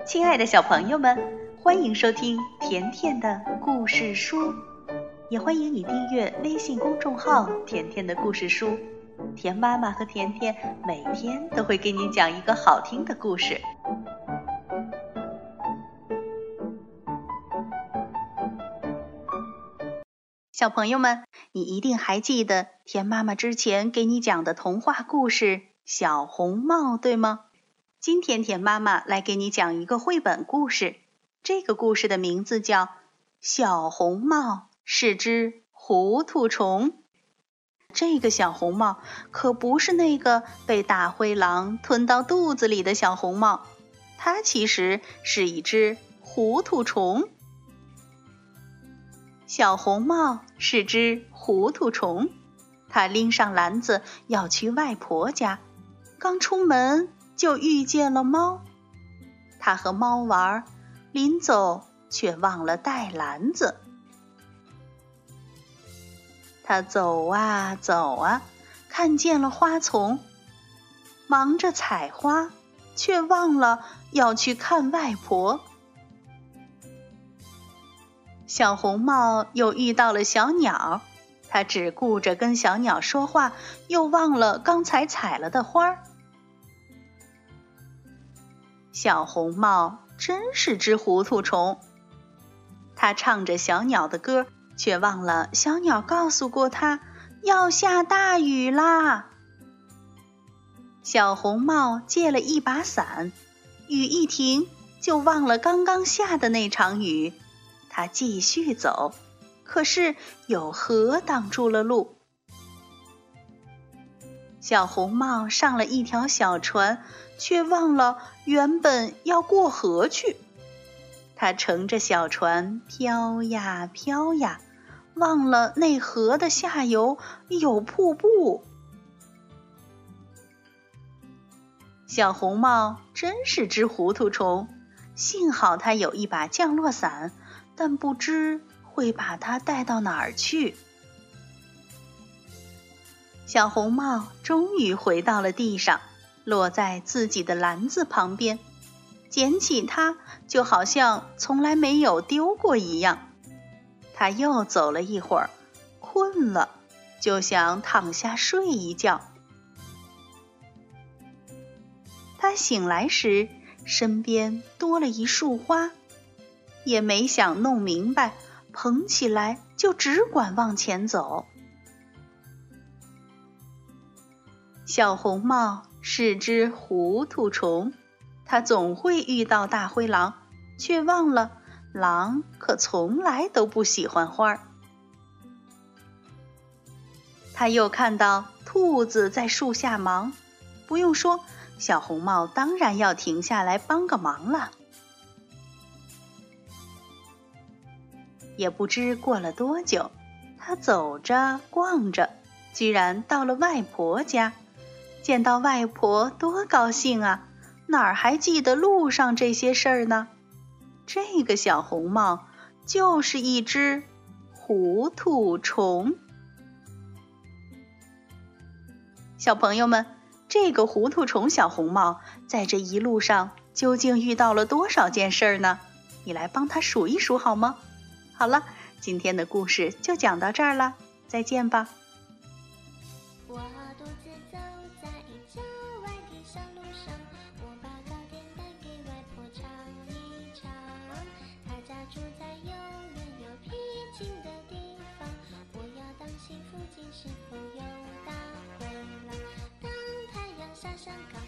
亲爱的小朋友们，欢迎收听甜甜的故事书，也欢迎你订阅微信公众号甜甜的故事书。甜妈妈和甜甜每天都会给你讲一个好听的故事。小朋友们，你一定还记得甜妈妈之前给你讲的童话故事小红帽，对吗？今天甜妈妈来给你讲一个绘本故事，这个故事的名字叫《小红帽是只糊涂虫》。这个小红帽可不是那个被大灰狼吞到肚子里的小红帽，它其实是一只糊涂虫。小红帽是只糊涂虫，它拎上篮子要去外婆家，刚出门就遇见了猫。他和猫玩，临走却忘了带篮子。他走啊走啊，看见了花丛，忙着采花，却忘了要去看外婆。小红帽又遇到了小鸟，他只顾着跟小鸟说话，又忘了刚才采了的花。小红帽真是只糊涂虫，他唱着小鸟的歌，却忘了小鸟告诉过他要下大雨啦。小红帽借了一把伞，雨一停就忘了刚刚下的那场雨，他继续走，可是有河挡住了路。小红帽上了一条小船，却忘了原本要过河去。他乘着小船飘呀飘呀，忘了那河的下游有瀑布。小红帽真是只糊涂虫，幸好他有一把降落伞，但不知会把它带到哪儿去。小红帽终于回到了地上，落在自己的篮子旁边，捡起它就好像从来没有丢过一样。他又走了一会儿，困了，就想躺下睡一觉。他醒来时，身边多了一束花，也没想弄明白，捧起来就只管往前走。小红帽是只糊涂虫，它总会遇到大灰狼，却忘了狼可从来都不喜欢花。他又看到兔子在树下忙，不用说，小红帽当然要停下来帮个忙了。也不知过了多久，他走着逛着，居然到了外婆家。见到外婆多高兴啊，哪儿还记得路上这些事儿呢？这个小红帽就是一只糊涂虫。小朋友们，这个糊涂虫小红帽在这一路上究竟遇到了多少件事儿呢？你来帮他数一数好吗？好了，今天的故事就讲到这儿了，再见吧。 我独自走在郊外的小路上，我把糕点带给外婆尝一尝。她家住在又远又僻静的地方，我要当心附近是否有大灰狼。当太阳下山